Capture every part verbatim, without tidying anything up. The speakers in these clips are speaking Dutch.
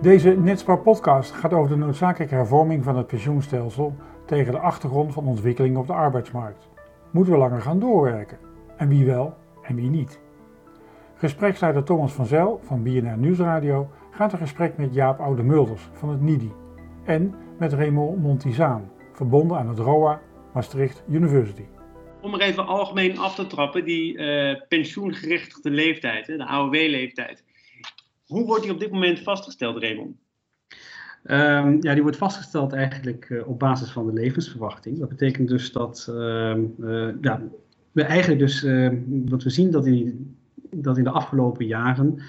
Deze Netspar-podcast gaat over de noodzakelijke hervorming van het pensioenstelsel tegen de achtergrond van ontwikkelingen op de arbeidsmarkt. Moeten we langer gaan doorwerken? En wie wel en wie niet? Gespreksleider Thomas van Zijl van B N R Nieuwsradio gaat in gesprek met Jaap Oude-Mulders van het N I D I en met Raymond Montizaan, verbonden aan het R O A Maastricht University. Om er even algemeen af te trappen, die uh, pensioengerechtigde leeftijd, hè, de A O W-leeftijd. Hoe wordt die op dit moment vastgesteld, Raymond? Um, ja, die wordt vastgesteld eigenlijk uh, op basis van de levensverwachting. Dat betekent dus dat uh, uh, ja, we eigenlijk dus, uh, wat we zien dat in, dat in de afgelopen jaren uh,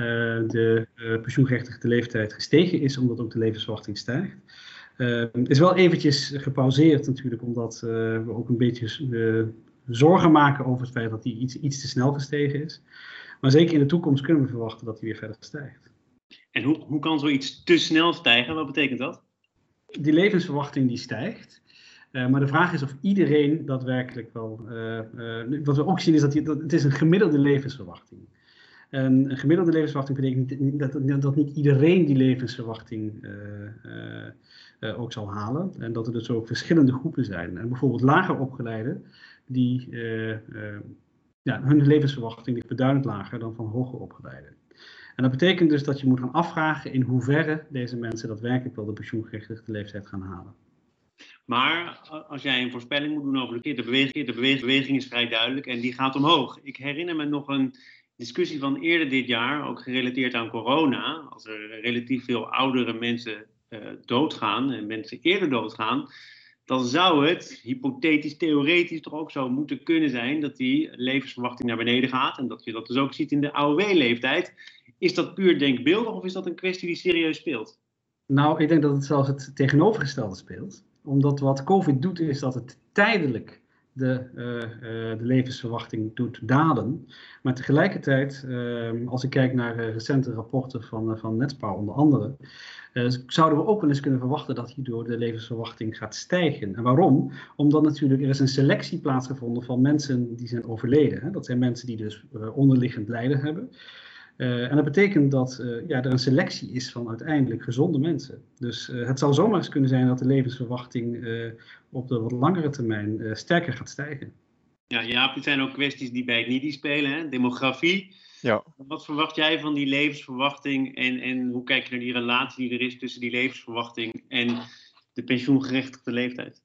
de uh, pensioengerechtigde leeftijd gestegen is, omdat ook de levensverwachting stijgt. Uh, het is wel eventjes gepauzeerd natuurlijk, omdat uh, we ook een beetje uh, zorgen maken over het feit dat die iets, iets te snel gestegen is. Maar zeker in de toekomst kunnen we verwachten dat die weer verder stijgt. En hoe, hoe kan zoiets te snel stijgen? Wat betekent dat? Die levensverwachting die stijgt. Uh, maar de vraag is of iedereen daadwerkelijk wel... Uh, uh, wat we ook zien is dat, die, dat het is een gemiddelde levensverwachting. En een gemiddelde levensverwachting betekent niet, dat, dat, dat niet iedereen die levensverwachting uh, uh, uh, ook zal halen. En dat er dus ook verschillende groepen zijn. En bijvoorbeeld lager opgeleiden die... Uh, uh, Ja, hun levensverwachting ligt beduidend lager dan van hoger opgeleiden. En dat betekent dus dat je moet gaan afvragen in hoeverre deze mensen daadwerkelijk wel de pensioengerechtigde leeftijd gaan halen. Maar als jij een voorspelling moet doen over de keer, de beweging, de beweging, de beweging is vrij duidelijk en die gaat omhoog. Ik herinner me nog een discussie van eerder dit jaar, ook gerelateerd aan corona. Als er relatief veel oudere mensen uh, doodgaan en mensen eerder doodgaan, dan zou het, hypothetisch, theoretisch toch ook zo moeten kunnen zijn dat die levensverwachting naar beneden gaat. En dat je dat dus ook ziet in de A O W-leeftijd. Is dat puur denkbeeldig of is dat een kwestie die serieus speelt? Nou, ik denk dat het zelfs het tegenovergestelde speelt. Omdat wat COVID doet is dat het tijdelijk de, uh, uh, de levensverwachting doet dalen. Maar tegelijkertijd, uh, als ik kijk naar uh, recente rapporten van, uh, van Netspar onder andere, uh, zouden we ook wel eens kunnen verwachten dat hierdoor de levensverwachting gaat stijgen. En waarom? Omdat natuurlijk er is een selectie plaatsgevonden van mensen die zijn overleden. Hè? Dat zijn mensen die dus uh, onderliggend lijden hebben. Uh, en dat betekent dat uh, ja, er een selectie is van uiteindelijk gezonde mensen. Dus uh, het zou zomaar eens kunnen zijn dat de levensverwachting uh, op de wat langere termijn uh, sterker gaat stijgen. Ja, Jaap, dit zijn ook kwesties die bij het N I D I spelen, hè? Demografie. Ja. Wat verwacht jij van die levensverwachting en, en hoe kijk je naar die relatie die er is tussen die levensverwachting en de pensioengerechtigde leeftijd?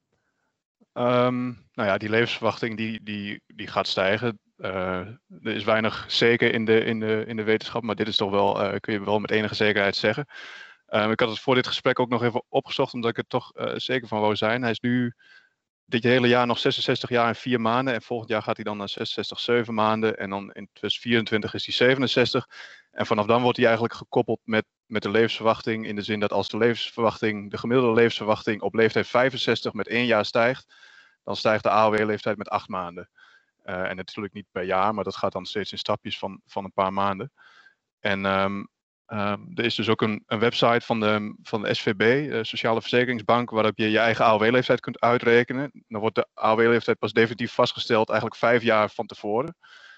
Um, nou ja, die levensverwachting die, die, die gaat stijgen. Uh, er is weinig zeker in de, in, de, in de wetenschap, maar dit is toch wel, uh, kun je wel met enige zekerheid zeggen. Um, ik had het voor dit gesprek ook nog even opgezocht, omdat ik er toch uh, zeker van wou zijn. Hij is nu dit hele jaar nog zesenzestig jaar en vier maanden en volgend jaar gaat hij dan naar zesenzestig, zeven maanden en dan in tweeduizend vierentwintig is hij zevenenzestig. En vanaf dan wordt hij eigenlijk gekoppeld met, met de levensverwachting in de zin dat als de levensverwachting, de gemiddelde levensverwachting op leeftijd vijfenzestig met één jaar stijgt, dan stijgt de A O W-leeftijd met acht maanden. Uh, en natuurlijk niet per jaar, maar dat gaat dan steeds in stapjes van, van een paar maanden. En um, um, er is dus ook een, een website van de, van de S V B, de Sociale Verzekeringsbank, waarop je je eigen A O W-leeftijd kunt uitrekenen. Dan wordt de A O W-leeftijd pas definitief vastgesteld eigenlijk vijf jaar van tevoren.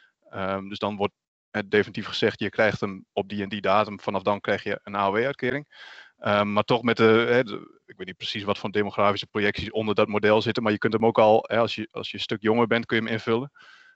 Um, dus dan wordt het definitief gezegd, je krijgt hem op die en die datum, vanaf dan krijg je een A O W-uitkering. Um, maar toch met de, hè, de, ik weet niet precies wat voor demografische projecties onder dat model zitten, maar je kunt hem ook al, hè, als, je, als je een stuk jonger bent, kun je hem invullen.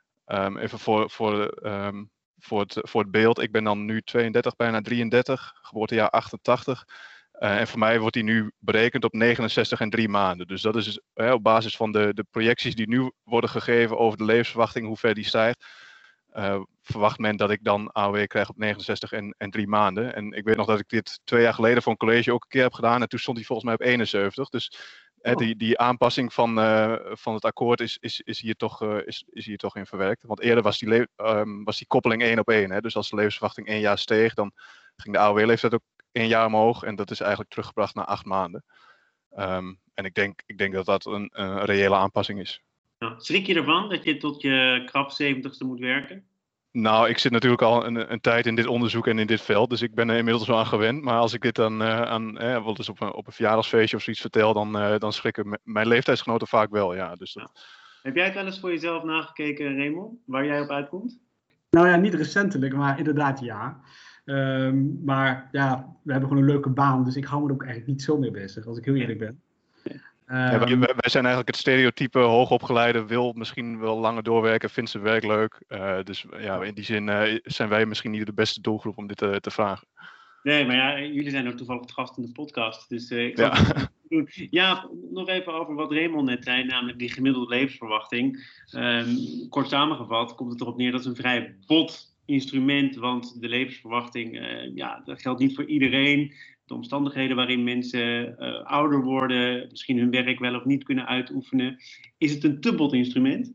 Um, even voor, voor, um, voor, het, voor het beeld, ik ben dan nu tweeëndertig, bijna drieëndertig, geboortejaar achtentachtig. Uh, en voor mij wordt die nu berekend op negenenzestig en drie maanden. Dus dat is dus, hè, op basis van de, de projecties die nu worden gegeven over de levensverwachting, hoe ver die stijgt. Uh, verwacht men dat ik dan A O W krijg op negenenzestig en, en drie maanden. En ik weet nog dat ik dit twee jaar geleden voor een college ook een keer heb gedaan. En toen stond hij volgens mij op eenenzeventig. Dus oh. uh, die, die aanpassing van, uh, van het akkoord is, is, is, hier toch, uh, is, is hier toch in verwerkt. Want eerder was die, le- um, was die koppeling één op één. Hè? Dus als de levensverwachting één jaar steeg, dan ging de A O W-leeftijd ook één jaar omhoog. En dat is eigenlijk teruggebracht naar acht maanden. Um, en ik denk, ik denk dat dat een, een reële aanpassing is. Nou, schrik je ervan dat je tot je krap zeventigste moet werken? Nou, ik zit natuurlijk al een, een tijd in dit onderzoek en in dit veld, dus ik ben er inmiddels wel aan gewend. Maar als ik dit dan uh, aan, eh, wel eens op een, op een verjaardagsfeestje of zoiets vertel, dan, uh, dan schrikken m- mijn leeftijdsgenoten vaak wel. Ja, dus dat... ja. Heb jij het wel eens voor jezelf nagekeken, Raymond, waar jij op uitkomt? Nou ja, niet recentelijk, maar inderdaad ja. Um, maar ja, we hebben gewoon een leuke baan, dus ik hou me er ook eigenlijk niet zo mee bezig, als ik heel eerlijk ben. Ja, wij, wij, wij zijn eigenlijk het stereotype hoogopgeleide, wil misschien wel langer doorwerken, vindt zijn werk leuk. Uh, dus ja, in die zin uh, zijn wij misschien niet de beste doelgroep om dit uh, te vragen. Nee, maar ja, jullie zijn ook toevallig het gast in de podcast. Dus uh, ik ja. doen. Ja, nog even over wat Raymond net zei, namelijk die gemiddelde levensverwachting. Um, kort samengevat komt het erop neer dat het een vrij bot instrument, want de levensverwachting, uh, ja, dat geldt niet voor iedereen. De omstandigheden waarin mensen uh, ouder worden, misschien hun werk wel of niet kunnen uitoefenen. Is het een te bot instrument?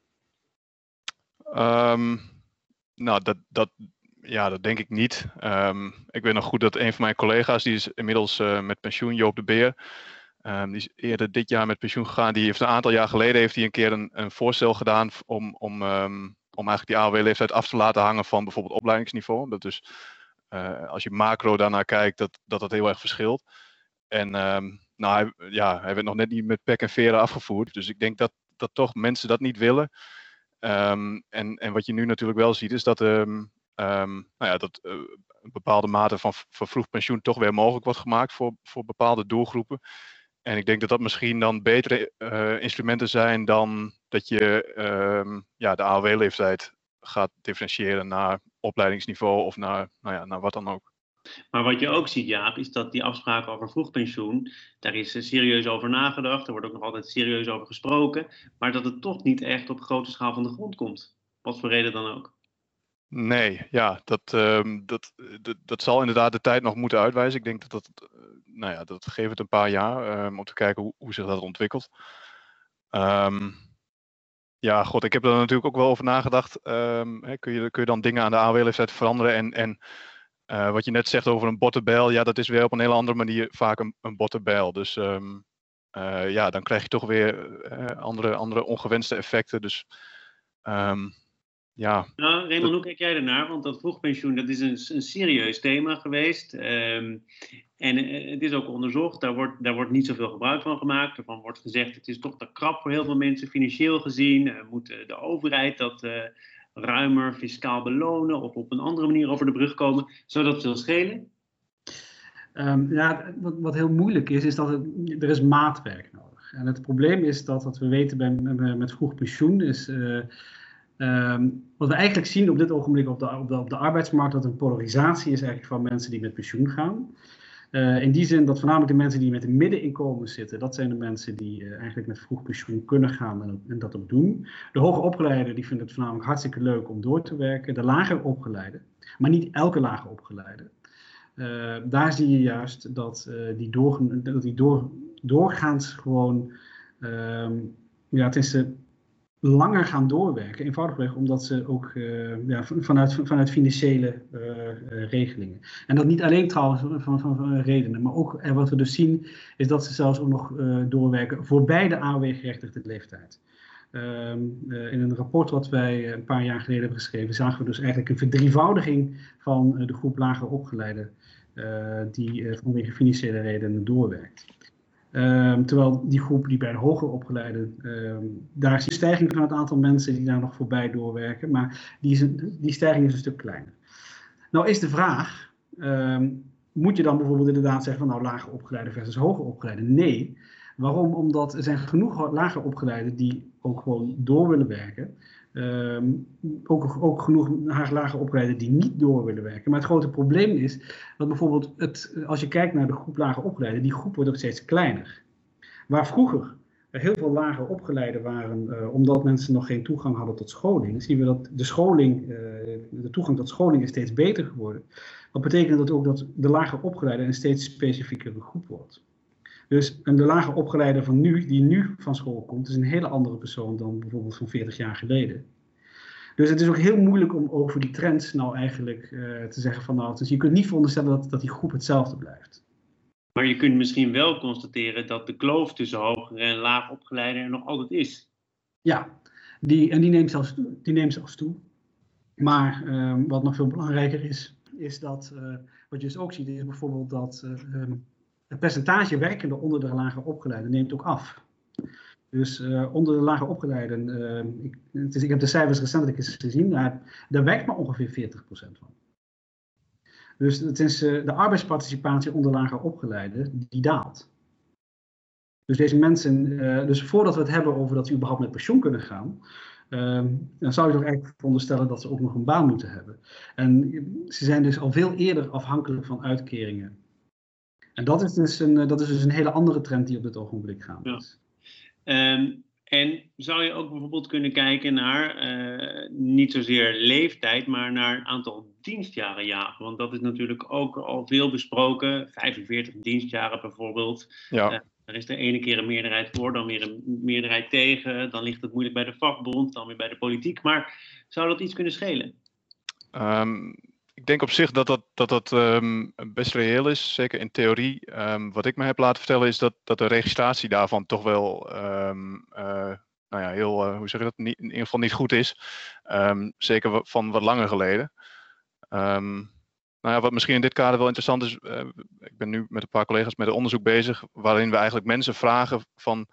Um, nou, dat, dat, ja, dat denk ik niet. Um, ik weet nog goed dat een van mijn collega's, die is inmiddels uh, met pensioen, Joop de Beer. Um, die is eerder dit jaar met pensioen gegaan. Die heeft een aantal jaar geleden heeft hij een keer een, een voorstel gedaan om, om, um, om eigenlijk die A O W-leeftijd af te laten hangen van bijvoorbeeld opleidingsniveau. Dat dus Uh, als je macro daarnaar kijkt, dat dat, dat heel erg verschilt. En um, nou, hij, ja, hij werd nog net niet met pek en veren afgevoerd. Dus ik denk dat, dat toch mensen dat niet willen. Um, en, en wat je nu natuurlijk wel ziet, is dat, um, um, nou ja, dat uh, een bepaalde mate van vervroegd pensioen toch weer mogelijk wordt gemaakt voor, voor bepaalde doelgroepen. En ik denk dat dat misschien dan betere uh, instrumenten zijn dan dat je um, ja, de A O W-leeftijd gaat differentiëren naar opleidingsniveau of naar, nou ja, naar wat dan ook. Maar wat je ook ziet, Jaap, is dat die afspraken over vroegpensioen, daar is serieus over nagedacht, er wordt ook nog altijd serieus over gesproken, maar dat het toch niet echt op grote schaal van de grond komt. Wat voor reden dan ook. Nee, ja, dat, um, dat, dat, dat zal inderdaad de tijd nog moeten uitwijzen. Ik denk dat dat, uh, nou ja, dat geeft het een paar jaar um, om te kijken hoe, hoe zich dat ontwikkelt. Um, Ja, god, ik heb er natuurlijk ook wel over nagedacht. Um, hè, kun, je, kun je dan dingen aan de A O W-leeftijd veranderen? En, en uh, wat je net zegt over een bottenbijl, ja, dat is weer op een hele andere manier vaak een, een bottenbijl. Dus um, uh, ja, dan krijg je toch weer uh, andere, andere ongewenste effecten. Dus um, ja. Nou, Raymond, dat... hoe kijk jij ernaar? Want dat vroegpensioen, dat is een, een serieus thema geweest. Um, en uh, het is ook onderzocht, daar wordt, daar wordt niet zoveel gebruik van gemaakt. Ervan wordt gezegd, het is toch te krap voor heel veel mensen, financieel gezien. Uh, moet uh, de overheid dat uh, ruimer fiscaal belonen of op een andere manier over de brug komen? Zou dat veel schelen? Um, ja, wat, wat heel moeilijk is, is dat het, er is maatwerk nodig. En het probleem is dat, wat we weten bij, met, met vroeg pensioen, is... Uh, Um, wat we eigenlijk zien op dit ogenblik op de, op, de, op de arbeidsmarkt, dat een polarisatie is eigenlijk van mensen die met pensioen gaan. Uh, in die zin dat voornamelijk de mensen die met een middeninkomen zitten, dat zijn de mensen die uh, eigenlijk met vroeg pensioen kunnen gaan en, en dat ook doen. De hoger opgeleiden die vinden het voornamelijk hartstikke leuk om door te werken. De lager opgeleiden, maar niet elke lager opgeleide. Uh, daar zie je juist dat uh, die, door, dat die door, doorgaans gewoon, uh, ja, het is de langer gaan doorwerken, eenvoudigweg omdat ze ook uh, ja, vanuit, vanuit financiële uh, uh, regelingen. En dat niet alleen trouwens van, van, van redenen, maar ook uh, wat we dus zien is dat ze zelfs ook nog uh, doorwerken voorbij de A O W-gerechtigde leeftijd. Uh, uh, in een rapport wat wij een paar jaar geleden hebben geschreven, zagen we dus eigenlijk een verdrievoudiging van uh, de groep lager opgeleiden uh, die uh, vanwege financiële redenen doorwerkt. Um, terwijl die groep die bij de hoger opgeleiden, um, daar is een stijging van het aantal mensen die daar nog voorbij doorwerken, maar die, is een, die stijging is een stuk kleiner. Nou is de vraag, um, moet je dan bijvoorbeeld inderdaad zeggen van nou lager opgeleiden versus hoger opgeleiden? Nee. Waarom? Omdat er zijn genoeg lager opgeleiden die ook gewoon door willen werken. Um, ook, ook genoeg lager opgeleiden die niet door willen werken. Maar het grote probleem is dat bijvoorbeeld, het, als je kijkt naar de groep lager opgeleiden, die groep wordt ook steeds kleiner. Waar vroeger er heel veel lager opgeleiden waren, uh, omdat mensen nog geen toegang hadden tot scholing, zien we dat de scholing, uh, de toegang tot scholing is steeds beter geworden. Wat betekent dat ook dat de lager opgeleide een steeds specifiekere groep wordt. Dus een de lager opgeleide van nu, die nu van school komt, is een hele andere persoon dan bijvoorbeeld van veertig jaar geleden. Dus het is ook heel moeilijk om over die trends nou eigenlijk uh, te zeggen van nou, dus je kunt niet veronderstellen dat, dat die groep hetzelfde blijft. Maar je kunt misschien wel constateren dat de kloof tussen hoger en laag opgeleiden er nog altijd is. Ja, die, en die neemt zelfs, die neemt zelfs toe. Maar uh, wat nog veel belangrijker is, is dat, uh, wat je dus ook ziet, is bijvoorbeeld dat uh, um, het percentage werkenden onder de lager opgeleiden neemt ook af. Dus uh, onder de lager opgeleiden, uh, ik, het is, ik heb de cijfers recentelijk eens gezien, daar, daar werkt maar ongeveer veertig procent van. Dus het is, uh, de arbeidsparticipatie onder lager opgeleiden, die daalt. Dus deze mensen, uh, dus voordat we het hebben over dat ze überhaupt met pensioen kunnen gaan, uh, dan zou je toch eigenlijk veronderstellen dat ze ook nog een baan moeten hebben. En ze zijn dus al veel eerder afhankelijk van uitkeringen. En dat is dus een, dat is dus een hele andere trend die op dit ogenblik gaande is. Ja. Um, en zou je ook bijvoorbeeld kunnen kijken naar, uh, niet zozeer leeftijd, maar naar een aantal dienstjaren jagen? Want dat is natuurlijk ook al veel besproken, vijfenveertig dienstjaren bijvoorbeeld. Ja. Uh, Er is de ene keer een meerderheid voor, dan weer een meerderheid tegen. Dan ligt het moeilijk bij de vakbond, dan weer bij de politiek. Maar zou dat iets kunnen schelen? Um, ik denk op zich dat dat, dat, dat um, best reëel is, zeker in theorie. Um, wat ik me heb laten vertellen is dat, dat de registratie daarvan toch wel um, uh, nou ja, heel, uh, hoe zeg je dat, niet, in ieder geval niet goed is. Um, zeker van wat langer geleden. Um, Nou ja, wat misschien in dit kader wel interessant is, uh, ik ben nu met een paar collega's met een onderzoek bezig, waarin we eigenlijk mensen vragen van,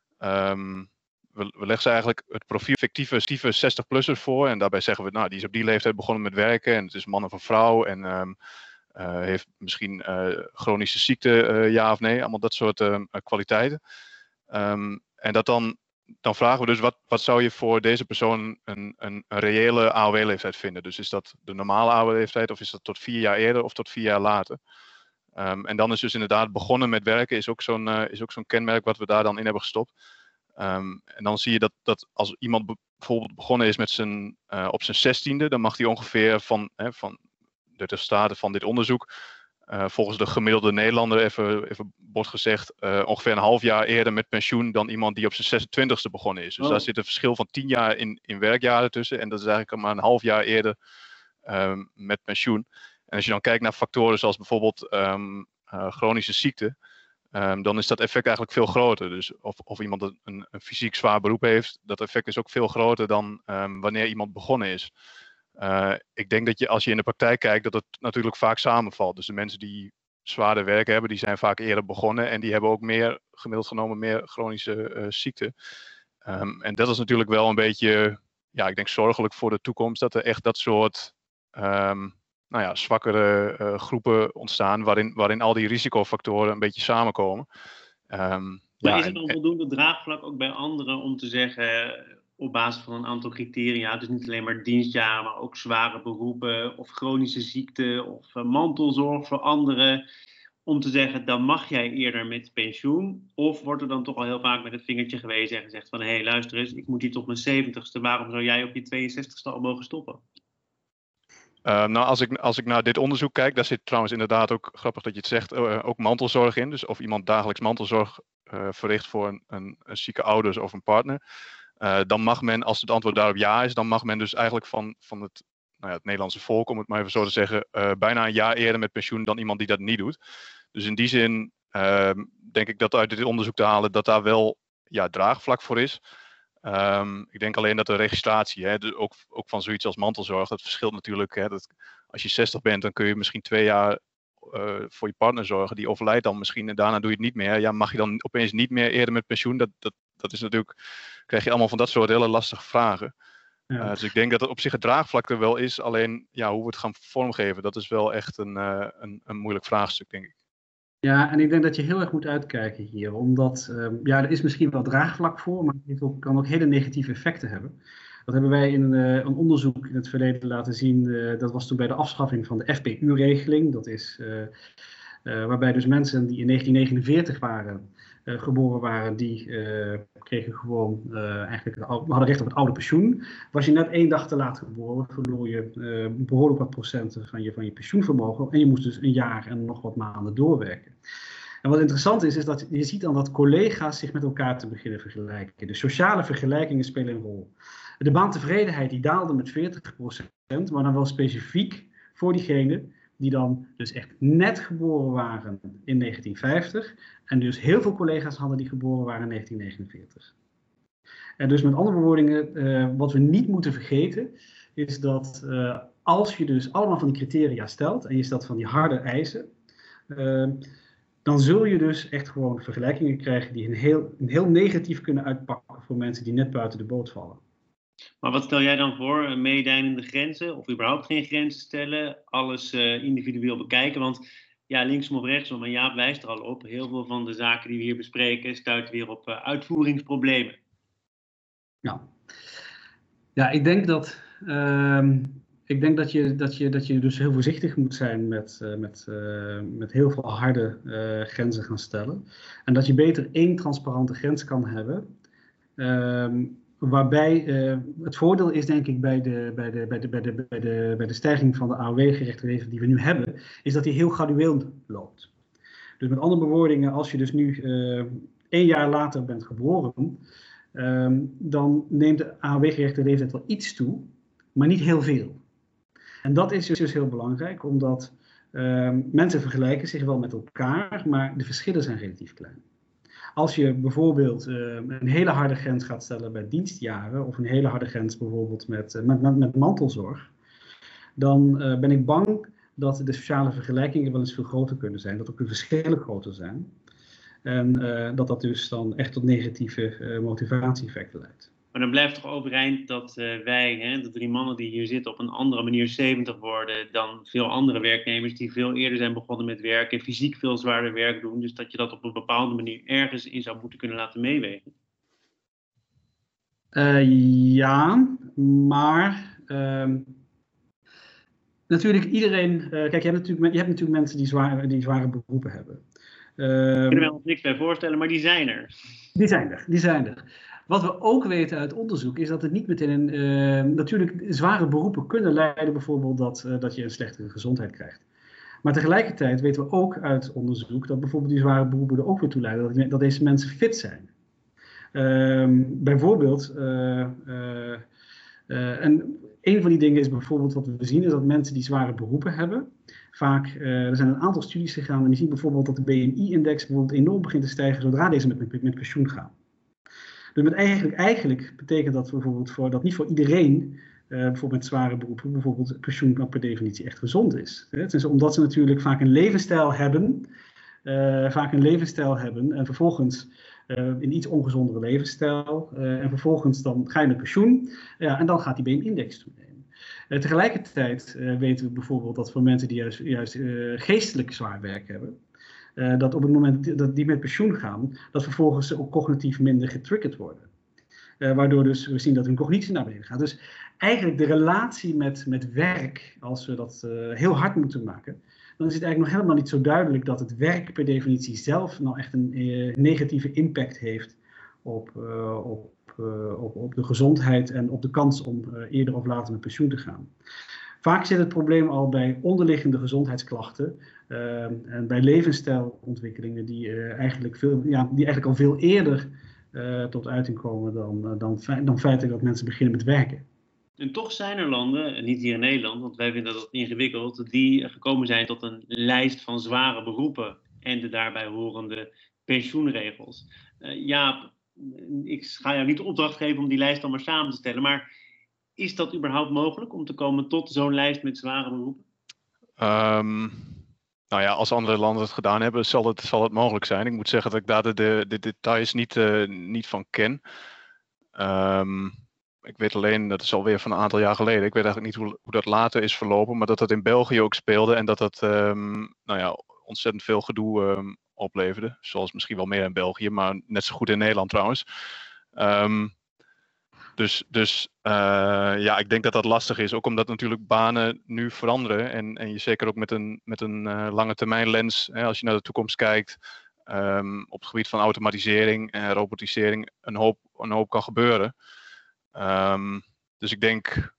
um, we, we leggen ze eigenlijk het profiel fictieve, fictieve zestig-plussers voor en daarbij zeggen we, nou, die is op die leeftijd begonnen met werken en het is man of een vrouw en um, uh, heeft misschien uh, chronische ziekte, uh, ja of nee, allemaal dat soort uh, kwaliteiten. Um, en dat dan Dan vragen we dus, wat, wat zou je voor deze persoon een, een, een reële A O W-leeftijd vinden? Dus is dat de normale A O W-leeftijd of is dat tot vier jaar eerder of tot vier jaar later? Um, en dan is dus inderdaad begonnen met werken, is ook zo'n uh, is ook zo'n kenmerk wat we daar dan in hebben gestopt. Um, en dan zie je dat, dat als iemand be- bijvoorbeeld begonnen is met zijn, uh, op zijn zestiende, dan mag hij ongeveer van, hè, van de resultaten van dit onderzoek, Uh, volgens de gemiddelde Nederlander, even, even bot gezegd, uh, ongeveer een half jaar eerder met pensioen dan iemand die op zijn zesentwintigste begonnen is. Dus oh. Daar zit een verschil van tien jaar in, in werkjaren tussen. En dat is eigenlijk maar een half jaar eerder um, met pensioen. En als je dan kijkt naar factoren zoals bijvoorbeeld um, uh, chronische ziekte, um, dan is dat effect eigenlijk veel groter. Dus of, of iemand een, een, een fysiek zwaar beroep heeft, dat effect is ook veel groter dan um, wanneer iemand begonnen is. Uh, ik denk dat je als je in de praktijk kijkt dat het natuurlijk vaak samenvalt. Dus de mensen die zwaarder werk hebben, die zijn vaak eerder begonnen en die hebben ook meer, gemiddeld genomen, meer chronische uh, ziekte. Um, en dat is natuurlijk wel een beetje, ja, ik denk zorgelijk voor de toekomst, dat er echt dat soort um, nou ja, zwakkere uh, groepen ontstaan waarin, waarin al die risicofactoren een beetje samenkomen. Um, maar ja, is er dan en, voldoende draagvlak ook bij anderen om te zeggen, op basis van een aantal criteria, dus niet alleen maar dienstjaren, maar ook zware beroepen of chronische ziekte of uh, mantelzorg voor anderen, om te zeggen, dan mag jij eerder met pensioen? Of wordt er dan toch al heel vaak met het vingertje gewezen en gezegd van, hé, hey, luister eens, ik moet hier tot mijn zeventigste, waarom zou jij op je tweeënzestigste al mogen stoppen? Uh, nou, als ik, als ik naar dit onderzoek kijk, daar zit trouwens inderdaad ook, grappig dat je het zegt, uh, ook mantelzorg in. Dus of iemand dagelijks mantelzorg uh, verricht voor een, een, een zieke ouders of een partner. Uh, dan mag men, als het antwoord daarop ja is, dan mag men dus eigenlijk van, van het, nou ja, het Nederlandse volk, om het maar even zo te zeggen, uh, bijna een jaar eerder met pensioen dan iemand die dat niet doet. Dus in die zin uh, denk ik dat uit dit onderzoek te halen dat daar wel ja, draagvlak voor is. Um, ik denk alleen dat de registratie, hè, dus ook, ook van zoiets als mantelzorg, dat verschilt natuurlijk. Hè, dat, als je zestig bent, dan kun je misschien twee jaar uh, voor je partner zorgen. Die overlijdt dan misschien en daarna doe je het niet meer. Ja, mag je dan opeens niet meer eerder met pensioen? Dat, dat, dat is natuurlijk, krijg je allemaal van dat soort hele lastige vragen. Ja. Uh, dus ik denk dat het op zich het draagvlak er wel is. Alleen ja, hoe we het gaan vormgeven, dat is wel echt een, uh, een, een moeilijk vraagstuk, denk ik. Ja, en ik denk dat je heel erg moet uitkijken hier, omdat uh, ja, er is misschien wel draagvlak voor, maar het ook, kan ook hele negatieve effecten hebben. Dat hebben wij in een, een onderzoek in het verleden laten zien. Uh, dat was toen bij de afschaffing van de F P U-regeling. Dat is uh, uh, waarbij dus mensen die in negentien negenenveertig waren, uh, geboren waren, die uh, kregen gewoon uh, eigenlijk hadden recht op het oude pensioen. Was je net één dag te laat geboren, verloor je uh, behoorlijk wat procenten van je, van je pensioenvermogen. En je moest dus een jaar en nog wat maanden doorwerken. En wat interessant is, is dat je ziet dan dat collega's zich met elkaar te beginnen vergelijken. De sociale vergelijkingen spelen een rol. De baantevredenheid die daalde met veertig procent, maar dan wel specifiek voor diegenen die dan dus echt net geboren waren in negentien vijftig. En dus heel veel collega's hadden die geboren waren in negentien negenenveertig. En dus met andere bewoordingen, uh, wat we niet moeten vergeten, is dat uh, als je dus allemaal van die criteria stelt en je stelt van die harde eisen, uh, dan zul je dus echt gewoon vergelijkingen krijgen die een heel, een heel negatief kunnen uitpakken voor mensen die net buiten de boot vallen. Maar wat stel jij dan voor? Meedijnende grenzen of überhaupt geen grenzen stellen? Alles uh, individueel bekijken? Want ja, linksom of rechtsom, en Jaap wijst er al op, heel veel van de zaken die we hier bespreken stuiten weer op uh, uitvoeringsproblemen. Ja. Ja, ik denk dat, uh, ik denk dat, je, dat, je, dat je dus heel voorzichtig moet zijn met, uh, met, uh, met heel veel harde uh, grenzen gaan stellen. En dat je beter één transparante grens kan hebben. Uh, waarbij uh, het voordeel is, denk ik, bij de, bij, de, bij, de, bij, de, bij, de, bij de stijging van de A O W-gerichte leeftijd die we nu hebben, is dat die heel gradueel loopt. Dus met andere bewoordingen, als je dus nu uh, één jaar later bent geboren, Um, dan neemt de A O W-gerichte leeftijd wel iets toe, maar niet heel veel. En dat is dus heel belangrijk, omdat um, mensen vergelijken zich wel met elkaar, maar de verschillen zijn relatief klein. Als je bijvoorbeeld uh, een hele harde grens gaat stellen bij dienstjaren, of een hele harde grens bijvoorbeeld met, uh, met, met, met mantelzorg, dan uh, ben ik bang dat de sociale vergelijkingen wel eens veel groter kunnen zijn, dat ook de verschillen groter zijn. En uh, dat dat dus dan echt tot negatieve uh, motivatie-effecten leidt. Maar dan blijft toch overeind dat uh, wij, hè, de drie mannen die hier zitten, op een andere manier zeventig worden dan veel andere werknemers die veel eerder zijn begonnen met werken, fysiek veel zwaarder werk doen. Dus dat je dat op een bepaalde manier ergens in zou moeten kunnen laten meewegen. Uh, ja, maar uh, natuurlijk iedereen. Uh, kijk, je hebt natuurlijk, je hebt natuurlijk mensen die zware, die zware beroepen hebben. Daar uh, kunnen we ons niks bij voorstellen, maar die zijn er. Die zijn er, die zijn er. Wat we ook weten uit onderzoek is dat het niet meteen een... Uh, natuurlijk, zware beroepen kunnen leiden bijvoorbeeld dat, uh, dat je een slechtere gezondheid krijgt. Maar tegelijkertijd weten we ook uit onderzoek dat bijvoorbeeld die zware beroepen er ook weer toe leiden dat, dat deze mensen fit zijn. Uh, bijvoorbeeld, uh, uh, uh, en een van die dingen is bijvoorbeeld wat we zien is dat mensen die zware beroepen hebben, vaak, uh, er zijn een aantal studies gegaan en die zien bijvoorbeeld dat de B M I-index bijvoorbeeld enorm begint te stijgen zodra deze met, met, met pensioen gaan. Dus met eigenlijk, eigenlijk betekent dat bijvoorbeeld voor, dat niet voor iedereen, uh, bijvoorbeeld met zware beroepen, bijvoorbeeld pensioen per definitie echt gezond is. Het is omdat ze natuurlijk vaak een levensstijl hebben, uh, vaak een levensstijl hebben en vervolgens uh, een iets ongezondere levensstijl uh, en vervolgens dan ga je met pensioen ja, en dan gaat die B M I-index toenemen. Uh, tegelijkertijd uh, weten we bijvoorbeeld dat voor mensen die juist, juist uh, geestelijk zwaar werk hebben, Uh, dat op het moment dat die met pensioen gaan, dat vervolgens ze ook cognitief minder getriggerd worden. Uh, waardoor dus we zien dat hun cognitie naar beneden gaat. Dus eigenlijk de relatie met, met werk, als we dat uh, heel hard moeten maken, dan is het eigenlijk nog helemaal niet zo duidelijk dat het werk per definitie zelf nou echt een uh, negatieve impact heeft op, uh, op, uh, op, op de gezondheid en op de kans om uh, eerder of later met pensioen te gaan. Vaak zit het probleem al bij onderliggende gezondheidsklachten uh, en bij levensstijlontwikkelingen die, uh, eigenlijk veel, ja, die eigenlijk al veel eerder uh, tot uiting komen dan, uh, dan, dan feitelijk dat mensen beginnen met werken. En toch zijn er landen, niet hier in Nederland, want wij vinden dat ingewikkeld, die gekomen zijn tot een lijst van zware beroepen en de daarbij horende pensioenregels. Uh, Jaap, ik ga jou niet de opdracht geven om die lijst dan maar samen te stellen, maar is dat überhaupt mogelijk om te komen tot zo'n lijst met zware beroepen? Um, nou ja, als andere landen het gedaan hebben, zal het, zal het mogelijk zijn. Ik moet zeggen dat ik daar de, de, de details niet, uh, niet van ken. Um, ik weet alleen, dat is alweer van een aantal jaar geleden, ik weet eigenlijk niet hoe, hoe dat later is verlopen, maar dat dat in België ook speelde en dat dat um, nou ja, ontzettend veel gedoe um, opleverde. Zoals misschien wel meer in België, maar net zo goed in Nederland trouwens. Um, Dus, dus uh, ja, ik denk dat dat lastig is. Ook omdat natuurlijk banen nu veranderen. En, en je zeker ook met een, met een uh, lange termijn lens, hè, als je naar de toekomst kijkt, um, op het gebied van automatisering en robotisering een hoop, een hoop kan gebeuren. Um, dus ik denk,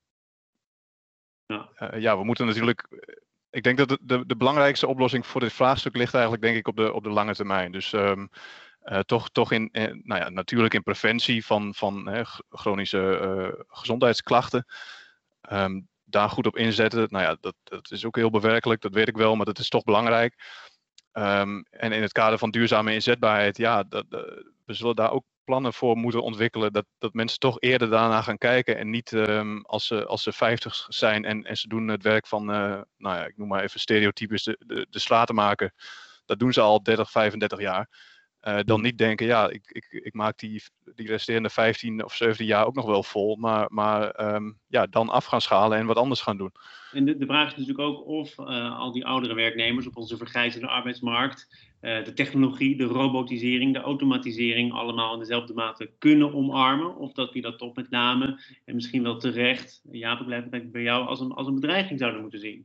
ja. Uh, ja, we moeten natuurlijk, ik denk dat de, de, de belangrijkste oplossing voor dit vraagstuk ligt eigenlijk denk ik op de, op de lange termijn. Dus um, Uh, toch, toch in, eh, nou ja, natuurlijk in preventie van, van eh, chronische uh, gezondheidsklachten. Um, daar goed op inzetten. Nou ja, dat, dat is ook heel bewerkelijk, dat weet ik wel, maar dat is toch belangrijk. Um, en in het kader van duurzame inzetbaarheid, ja, dat, uh, we zullen daar ook plannen voor moeten ontwikkelen. Dat, dat mensen toch eerder daarna gaan kijken en niet um, als ze, als ze vijftig zijn en, en ze doen het werk van, uh, nou ja, ik noem maar even stereotypisch, de, de, de slatenmaker. Dat doen ze al dertig, vijfendertig jaar. Uh, dan niet denken, ja, ik, ik, ik maak die, die resterende vijftien of zeventien jaar ook nog wel vol, maar, maar um, ja, dan af gaan schalen en wat anders gaan doen. En de, de vraag is natuurlijk ook of uh, al die oudere werknemers op onze vergrijzende arbeidsmarkt uh, de technologie, de robotisering, de automatisering allemaal in dezelfde mate kunnen omarmen. Of dat die dat toch met name, en misschien wel terecht, Jaap, ik blijf bij jou, als een, als een bedreiging zouden moeten zien.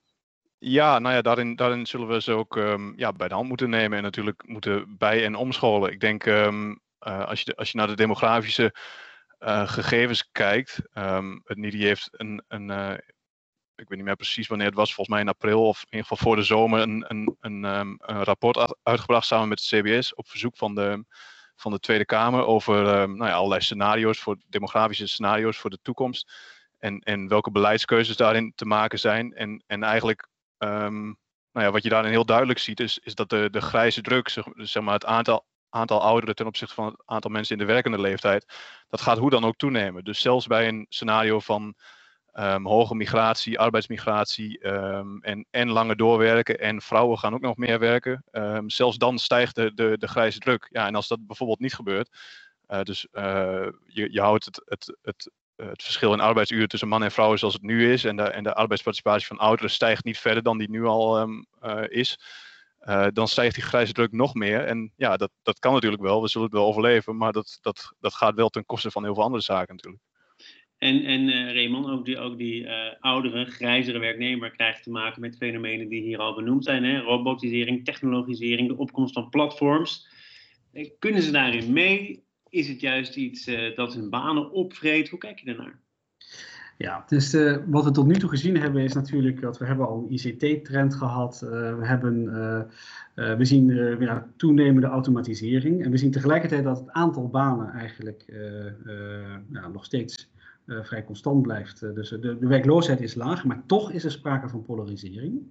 Ja, nou ja, daarin, daarin zullen we ze ook um, ja, bij de hand moeten nemen en natuurlijk moeten bij- en omscholen. Ik denk, um, uh, als, je de, als je naar de demografische uh, gegevens kijkt, um, het N I D I heeft een, een uh, ik weet niet meer precies wanneer het was, volgens mij in april of in ieder geval voor de zomer, een, een, een, um, een rapport uitgebracht samen met het C B S op verzoek van de, van de Tweede Kamer over um, nou ja, allerlei scenario's, voor demografische scenario's voor de toekomst en, en welke beleidskeuzes daarin te maken zijn. En, en eigenlijk Um, nou ja, wat je daarin heel duidelijk ziet is, is dat de, de grijze druk, zeg, zeg maar het aantal, aantal ouderen ten opzichte van het aantal mensen in de werkende leeftijd, dat gaat hoe dan ook toenemen. Dus zelfs bij een scenario van um, hoge migratie, arbeidsmigratie um, en, en langer doorwerken en vrouwen gaan ook nog meer werken, um, zelfs dan stijgt de, de, de grijze druk. Ja, en als dat bijvoorbeeld niet gebeurt, uh, dus uh, je, je houdt het, het, het het verschil in arbeidsuren tussen man en vrouw zoals het nu is en de, en de arbeidsparticipatie van ouderen stijgt niet verder dan die nu al um, uh, is, uh, dan stijgt die grijze druk nog meer. En ja, dat, dat kan natuurlijk wel, we zullen het wel overleven, maar dat, dat, dat gaat wel ten koste van heel veel andere zaken natuurlijk. En, en uh, Raymond, ook die, ook die uh, oudere, grijzere werknemer krijgt te maken met fenomenen die hier al benoemd zijn. Hè? Robotisering, technologisering, de opkomst van platforms. Uh, kunnen ze daarin mee? Is het juist iets uh, dat hun banen opvreet? Hoe kijk je daarnaar? Ja, dus uh, wat we tot nu toe gezien hebben is natuurlijk dat we hebben al een I C T-trend gehad. Uh, we, hebben, uh, uh, we zien uh, ja, toenemende automatisering. En we zien tegelijkertijd dat het aantal banen eigenlijk uh, uh, ja, nog steeds uh, vrij constant blijft. Uh, dus de, de werkloosheid is laag, maar toch is er sprake van polarisering.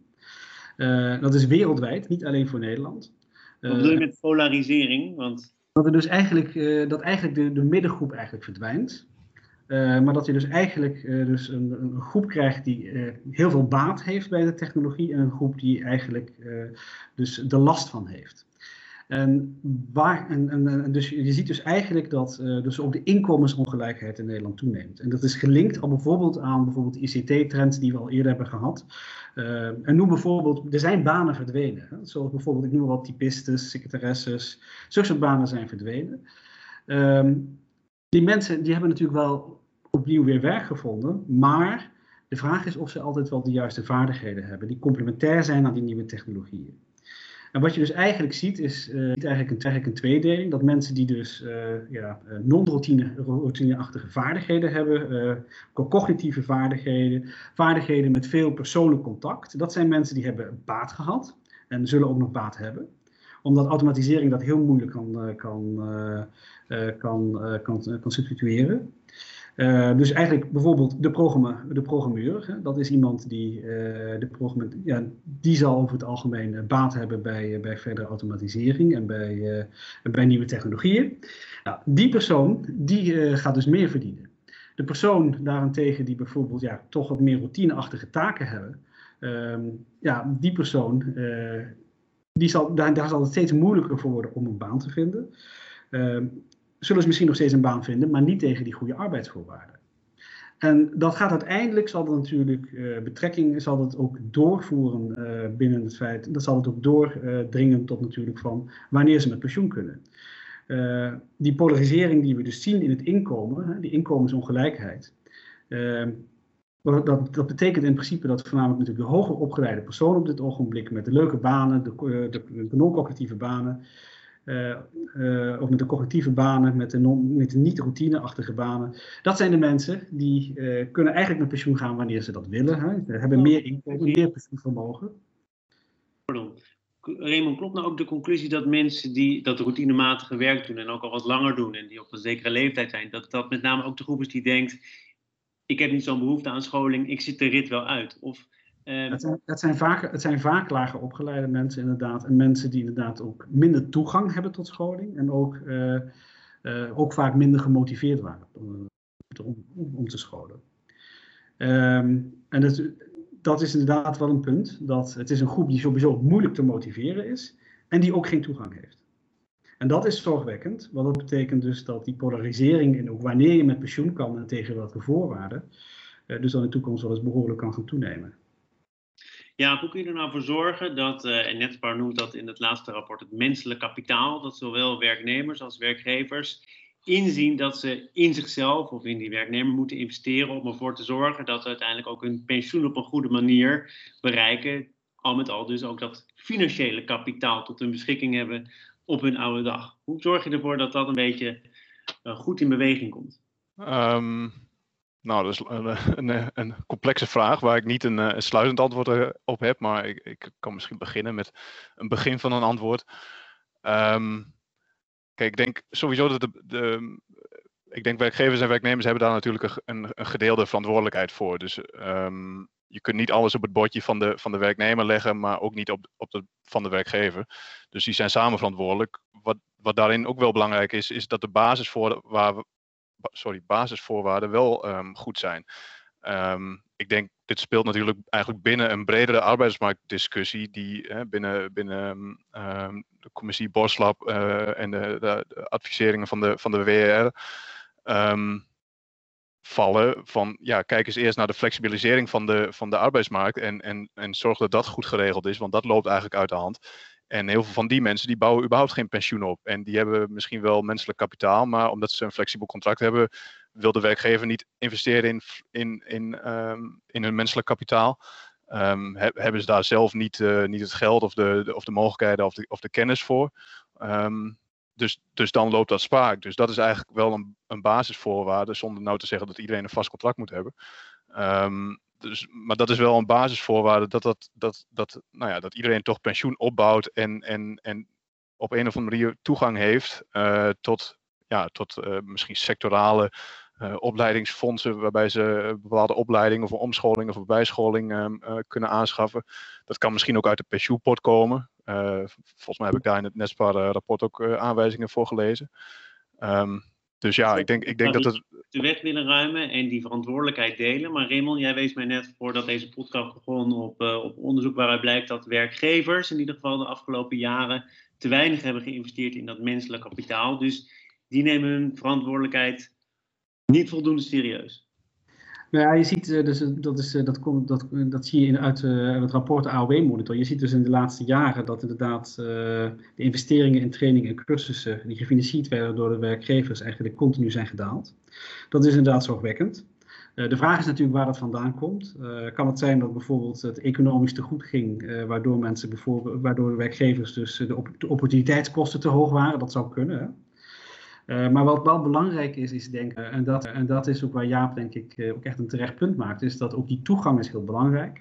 Uh, dat is wereldwijd, niet alleen voor Nederland. Wat bedoel je met polarisering? Want... Dat er dus eigenlijk, uh, dat eigenlijk de, de middengroep eigenlijk verdwijnt. Uh, maar dat je dus eigenlijk uh, dus een, een groep krijgt die uh, heel veel baat heeft bij de technologie en een groep die eigenlijk uh, dus de last van heeft. En, waar, en, en, en dus je ziet dus eigenlijk dat uh, dus ook de inkomensongelijkheid in Nederland toeneemt. En dat is gelinkt al bijvoorbeeld aan bijvoorbeeld de I C T-trends die we al eerder hebben gehad. Uh, en noem bijvoorbeeld, er zijn banen verdwenen. Hè? Zoals bijvoorbeeld, ik noem wel typistes, secretaresses. Zulke soort banen zijn verdwenen. Um, die mensen die hebben natuurlijk wel opnieuw weer werk gevonden, maar de vraag is of ze altijd wel de juiste vaardigheden hebben, die complementair zijn aan die nieuwe technologieën. En wat je dus eigenlijk ziet, is uh, eigenlijk, een, eigenlijk een tweedeling. Dat mensen die dus uh, ja, non-routineachtige vaardigheden hebben, uh, cognitieve vaardigheden, vaardigheden met veel persoonlijk contact. Dat zijn mensen die hebben baat gehad en zullen ook nog baat hebben. Omdat automatisering dat heel moeilijk kan, kan, uh, uh, kan, uh, kan, uh, kan substitueren. Uh, dus eigenlijk bijvoorbeeld de, programma, de programmeur, hè, dat is iemand die, uh, de programma, ja, die zal over het algemeen uh, baat hebben bij, uh, bij verdere automatisering en bij, uh, bij nieuwe technologieën. Nou, die persoon die, uh, gaat dus meer verdienen. De persoon daarentegen die bijvoorbeeld ja, toch wat meer routineachtige taken hebben, uh, ja, die persoon, uh, die zal, daar, daar zal het steeds moeilijker voor worden om een baan te vinden. Uh, zullen ze misschien nog steeds een baan vinden, maar niet tegen die goede arbeidsvoorwaarden. En dat gaat uiteindelijk, zal dat natuurlijk uh, betrekking, zal dat ook doorvoeren uh, binnen het feit, dat zal het ook doordringen uh, tot natuurlijk van wanneer ze met pensioen kunnen. Uh, die polarisering die we dus zien in het inkomen, hè, die inkomensongelijkheid, uh, dat, dat betekent in principe dat voornamelijk natuurlijk de hoger opgeleide persoon op dit ogenblik met de leuke banen, de, de, de non-cognitieve banen, Uh, uh, of met de cognitieve banen, met de, non, met de niet-routineachtige banen. Dat zijn de mensen die uh, kunnen eigenlijk met pensioen gaan wanneer ze dat willen. Hè. Ze hebben meer inkomen, meer pensioenvermogen. Pardon. Raymond, klopt nou ook de conclusie dat mensen die dat routinematige werk doen en ook al wat langer doen en die op een zekere leeftijd zijn, dat dat met name ook de groep is die denkt, ik heb niet zo'n behoefte aan scholing, ik zit de rit wel uit? Of... Um... Het, zijn, het, zijn vaak, het zijn vaak lager opgeleide mensen inderdaad. En mensen die inderdaad ook minder toegang hebben tot scholing. En ook, uh, uh, ook vaak minder gemotiveerd waren om, om, om te scholen. Um, en het, dat is inderdaad wel een punt. Dat het is een groep die sowieso moeilijk te motiveren is. En die ook geen toegang heeft. En dat is zorgwekkend, want dat betekent dus dat die polarisering in ook wanneer je met pensioen kan en tegen welke voorwaarden, uh, dus dan in de toekomst wel eens behoorlijk kan gaan toenemen. Ja, hoe kun je er nou voor zorgen dat, uh, en Netspar noemt dat in het laatste rapport, het menselijk kapitaal, dat zowel werknemers als werkgevers inzien dat ze in zichzelf of in die werknemer moeten investeren om ervoor te zorgen dat ze uiteindelijk ook hun pensioen op een goede manier bereiken. Al met al dus ook dat financiële kapitaal tot hun beschikking hebben op hun oude dag. Hoe zorg je ervoor dat dat een beetje uh, goed in beweging komt? Um, nou, dat is een, een, een complexe vraag waar ik niet een, een sluitend antwoord op heb, maar ik, ik kan misschien beginnen met een begin van een antwoord. Um, kijk, ik denk sowieso dat de, de ik denk werkgevers en werknemers hebben daar natuurlijk een, een gedeelde verantwoordelijkheid voor. Dus um, je kunt niet alles op het bordje van de, van de werknemer leggen, maar ook niet op, op de, van de werkgever. Dus die zijn samen verantwoordelijk. Wat, wat daarin ook wel belangrijk is, is dat de basisvoorwaarden, sorry, basisvoorwaarden wel um, goed zijn. Um, ik denk, dit speelt natuurlijk eigenlijk binnen een bredere arbeidsmarktdiscussie die hè, binnen, binnen um, de commissie Borslab uh, en de, de, de adviseringen van de, van de W E R um, vallen van, ja, kijk eens eerst naar de flexibilisering van de, van de arbeidsmarkt en, en, en zorg dat dat goed geregeld is, want dat loopt eigenlijk uit de hand. En heel veel van die mensen die bouwen überhaupt geen pensioen op. En die hebben misschien wel menselijk kapitaal, maar omdat ze een flexibel contract hebben, wil de werkgever niet investeren in, in, in, um, in hun menselijk kapitaal. Um, he, hebben ze daar zelf niet, uh, niet het geld of de, de, of de mogelijkheden of de, of de kennis voor. Um, dus, dus dan loopt dat spaak. Dus dat is eigenlijk wel een, een basisvoorwaarde, zonder nou te zeggen dat iedereen een vast contract moet hebben. Um, Dus, maar dat is wel een basisvoorwaarde dat, dat, dat, dat, nou ja, dat iedereen toch pensioen opbouwt en, en, en op een of andere manier toegang heeft uh, tot, ja, tot uh, misschien sectorale uh, opleidingsfondsen waarbij ze bepaalde opleiding of een omscholing of een bijscholing um, uh, kunnen aanschaffen. Dat kan misschien ook uit de pensioenpot komen. Uh, volgens mij heb ik daar in het Netspar uh, rapport ook uh, aanwijzingen voor gelezen. Um, Dus ja, ik denk, ik denk dat het... de weg willen ruimen en die verantwoordelijkheid delen. Maar Raymond, jij wees mij net voordat deze podcast begon op, uh, op onderzoek waaruit blijkt dat werkgevers in ieder geval de afgelopen jaren te weinig hebben geïnvesteerd in dat menselijk kapitaal. Dus die nemen hun verantwoordelijkheid niet voldoende serieus. Nou ja, je ziet, dus, dat, is, dat, komt, dat, dat zie je uit uh, het rapport A O W-monitor. Je ziet dus in de laatste jaren dat inderdaad uh, de investeringen in training en cursussen die gefinancierd werden door de werkgevers eigenlijk continu zijn gedaald. Dat is inderdaad zorgwekkend. Uh, de vraag is natuurlijk waar dat vandaan komt. Uh, kan het zijn dat bijvoorbeeld het economisch te goed ging, uh, waardoor mensen bijvoorbeeld, waardoor de werkgevers dus de, op, de opportuniteitskosten te hoog waren? Dat zou kunnen, hè? Uh, maar wat wel belangrijk is, is denken, en dat, en dat is ook waar Jaap denk ik uh, ook echt een terecht punt maakt, is dat ook die toegang is heel belangrijk.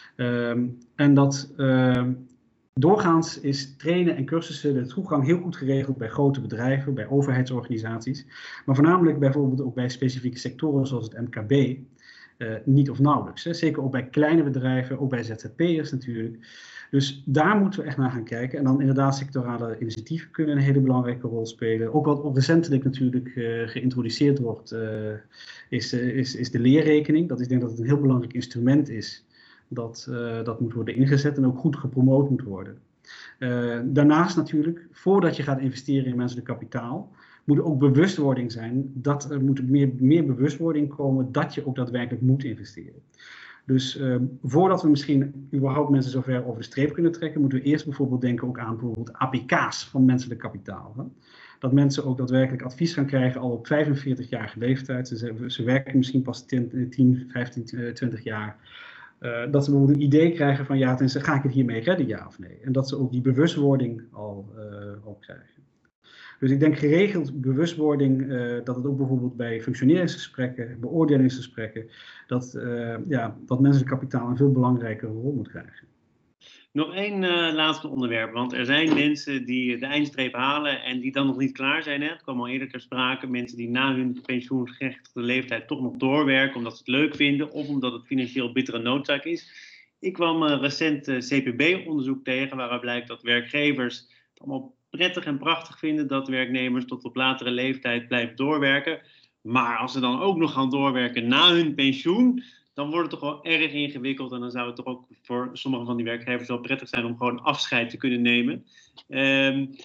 Um, en dat uh, doorgaans is trainen en cursussen, de toegang heel goed geregeld bij grote bedrijven, bij overheidsorganisaties, maar voornamelijk bijvoorbeeld ook bij specifieke sectoren zoals het M K B, uh, niet of nauwelijks. Hè. Zeker ook bij kleine bedrijven, ook bij Z Z P'ers natuurlijk. Dus daar moeten we echt naar gaan kijken. En dan inderdaad sectorale initiatieven kunnen een hele belangrijke rol spelen. Ook wat recentelijk natuurlijk uh, geïntroduceerd wordt, uh, is, uh, is, is de leerrekening. Dat ik denk dat het een heel belangrijk instrument is dat, uh, dat moet worden ingezet en ook goed gepromoot moet worden. Uh, daarnaast natuurlijk, voordat je gaat investeren in menselijk kapitaal, moet er ook bewustwording zijn. Dat er moet meer, meer bewustwording komen dat je ook daadwerkelijk moet investeren. Dus uh, voordat we misschien überhaupt mensen zover over de streep kunnen trekken, moeten we eerst bijvoorbeeld denken ook aan bijvoorbeeld A P K's van menselijk kapitaal. Hè? Dat mensen ook daadwerkelijk advies gaan krijgen al op vijfenveertigjarige leeftijd. Ze, ze werken misschien pas tien, vijftien, twintig jaar. Uh, dat ze bijvoorbeeld een idee krijgen van ja, ten, ga ik het hiermee redden, ja of nee? En dat ze ook die bewustwording al, uh, al krijgen. Dus ik denk geregeld bewustwording, uh, dat het ook bijvoorbeeld bij functioneringsgesprekken, beoordelingsgesprekken, dat, uh, ja, dat menselijk kapitaal een veel belangrijkere rol moet krijgen. Nog één uh, laatste onderwerp, want er zijn mensen die de eindstreep halen en die dan nog niet klaar zijn. Hè? Het kwam al eerder ter sprake, mensen die na hun pensioengerechtigde leeftijd toch nog doorwerken omdat ze het leuk vinden of omdat het financieel bittere noodzaak is. Ik kwam uh, recent uh, C P B-onderzoek tegen waaruit blijkt dat werkgevers het allemaal prettig en prachtig vinden dat werknemers tot op latere leeftijd blijven doorwerken. Maar als ze dan ook nog gaan doorwerken na hun pensioen, dan wordt het toch wel erg ingewikkeld. En dan zou het toch ook voor sommige van die werkgevers wel prettig zijn om gewoon afscheid te kunnen nemen. Um,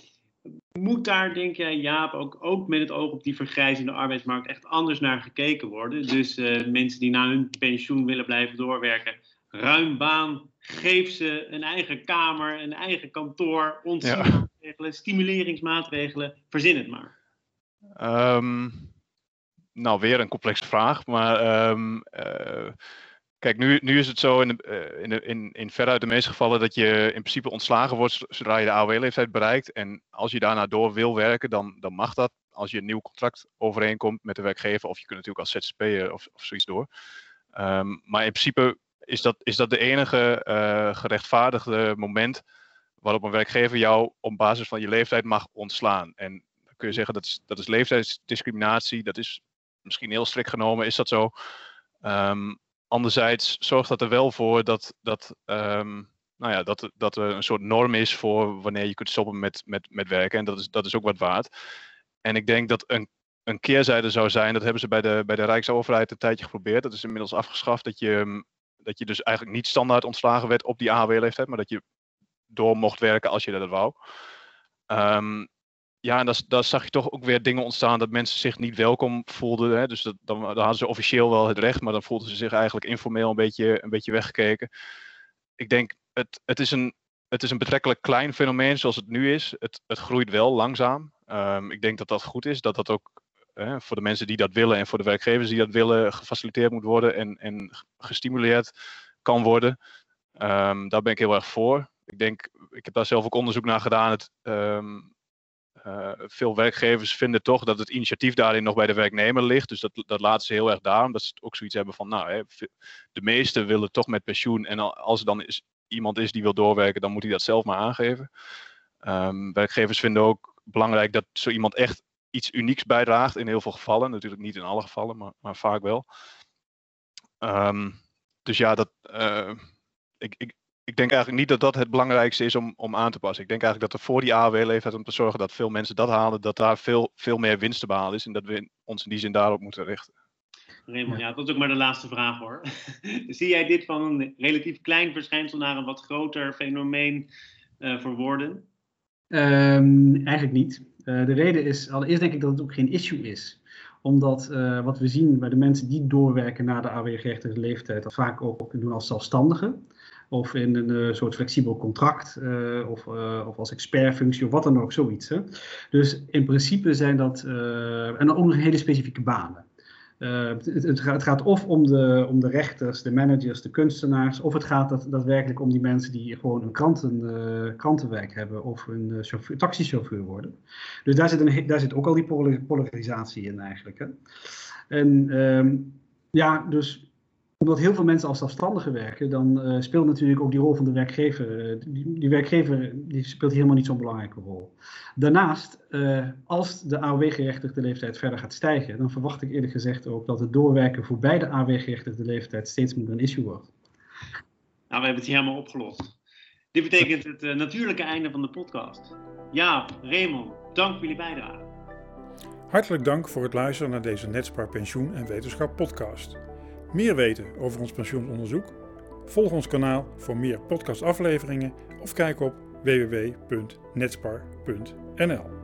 Moet daar, denk jij, Jaap, ook, ook met het oog op die vergrijzende arbeidsmarkt echt anders naar gekeken worden? Dus uh, mensen die na hun pensioen willen blijven doorwerken, ruim baan, geef ze een eigen kamer, een eigen kantoor, ontzien-maatregelen, ja. stimuleringsmaatregelen, verzin het maar. Um, nou, weer een complexe vraag, maar um, uh, kijk, nu, nu is het zo in, de, uh, in, de, in, in veruit de meeste gevallen dat je in principe ontslagen wordt zodra je de A O W-leeftijd bereikt. En als je daarna door wil werken, dan, dan mag dat. Als je een nieuw contract overeenkomt met de werkgever, of je kunt natuurlijk als Z Z P'er of, of zoiets door. Um, maar in principe is dat, is dat de enige uh, gerechtvaardigde moment waarop een werkgever jou op basis van je leeftijd mag ontslaan. En dan kun je zeggen dat is, dat is leeftijdsdiscriminatie, dat is misschien heel strikt genomen, is dat zo. Um, anderzijds zorgt dat er wel voor dat, dat, um, nou ja, dat, dat er een soort norm is voor wanneer je kunt stoppen met, met, met werken. En dat is, dat is ook wat waard. En ik denk dat een, een keerzijde zou zijn, dat hebben ze bij de, bij de Rijksoverheid een tijdje geprobeerd. Dat is inmiddels afgeschaft, dat je, dat je dus eigenlijk niet standaard ontslagen werd op die A O W-leeftijd, maar dat je door mocht werken als je dat wou. Um, ja, en daar zag je toch ook weer dingen ontstaan dat mensen zich niet welkom voelden. Hè? Dus dat, dan, dan hadden ze officieel wel het recht, maar dan voelden ze zich eigenlijk informeel een beetje, een beetje weggekeken. Ik denk, het, het, is een, het is een betrekkelijk klein fenomeen zoals het nu is. Het, het groeit wel langzaam. Um, ik denk dat dat goed is, dat dat ook eh, voor de mensen die dat willen en voor de werkgevers die dat willen gefaciliteerd moet worden en, en gestimuleerd kan worden. Um, daar ben ik heel erg voor. Ik denk, ik heb daar zelf ook onderzoek naar gedaan. Het, um, uh, veel werkgevers vinden toch dat het initiatief daarin nog bij de werknemer ligt. Dus dat, dat laten ze heel erg daar, omdat ze ook zoiets hebben van, nou, hè, de meesten willen toch met pensioen. En als er dan is, iemand is die wil doorwerken, dan moet hij dat zelf maar aangeven. Um, werkgevers vinden ook belangrijk dat zo iemand echt iets unieks bijdraagt. In heel veel gevallen, natuurlijk niet in alle gevallen, maar, maar vaak wel. Um, dus ja, dat... Uh, ik, ik, Ik denk eigenlijk niet dat dat het belangrijkste is om, om aan te passen. Ik denk eigenlijk dat er voor die A O W-leeftijd, om te zorgen dat veel mensen dat halen, dat daar veel, veel meer winst te behalen is. En dat we ons in die zin daarop moeten richten. Raymond, ja, dat is ook maar de laatste vraag hoor. Zie jij dit van een relatief klein verschijnsel naar een wat groter fenomeen uh, verworden? Um, eigenlijk niet. Uh, de reden is, allereerst denk ik dat het ook geen issue is. Omdat uh, wat we zien bij de mensen die doorwerken na de A O W-gerechtigde leeftijd, dat vaak ook doen als zelfstandigen. Of in een uh, soort flexibel contract, uh, of, uh, of als expertfunctie, of wat dan ook, zoiets. Hè. Dus in principe zijn dat, uh, en ook nog hele specifieke banen. Uh, het, het, het gaat of om de, om de rechters, de managers, de kunstenaars, of het gaat dat, daadwerkelijk om die mensen die gewoon een kranten, uh, krantenwerk hebben, of een uh, chauffeur, taxichauffeur worden. Dus daar zit, een, daar zit ook al die polarisatie in eigenlijk. Hè. En um, ja, dus... Omdat heel veel mensen als zelfstandigen werken, dan uh, speelt natuurlijk ook die rol van de werkgever. Uh, die, die werkgever die speelt helemaal niet zo'n belangrijke rol. Daarnaast, uh, als de A O W-gerechtigde leeftijd verder gaat stijgen, dan verwacht ik eerlijk gezegd ook dat het doorwerken voor beide A O W-gerechtigde leeftijd steeds meer een issue wordt. Nou, we hebben het hier helemaal opgelost. Dit betekent het uh, natuurlijke einde van de podcast. Ja, Raymond, dank voor jullie bijdrage. Hartelijk dank voor het luisteren naar deze Netspar Pensioen en Wetenschap podcast. Meer weten over ons pensioenonderzoek? Volg ons kanaal voor meer podcastafleveringen of kijk op w w w punt netspar punt n l.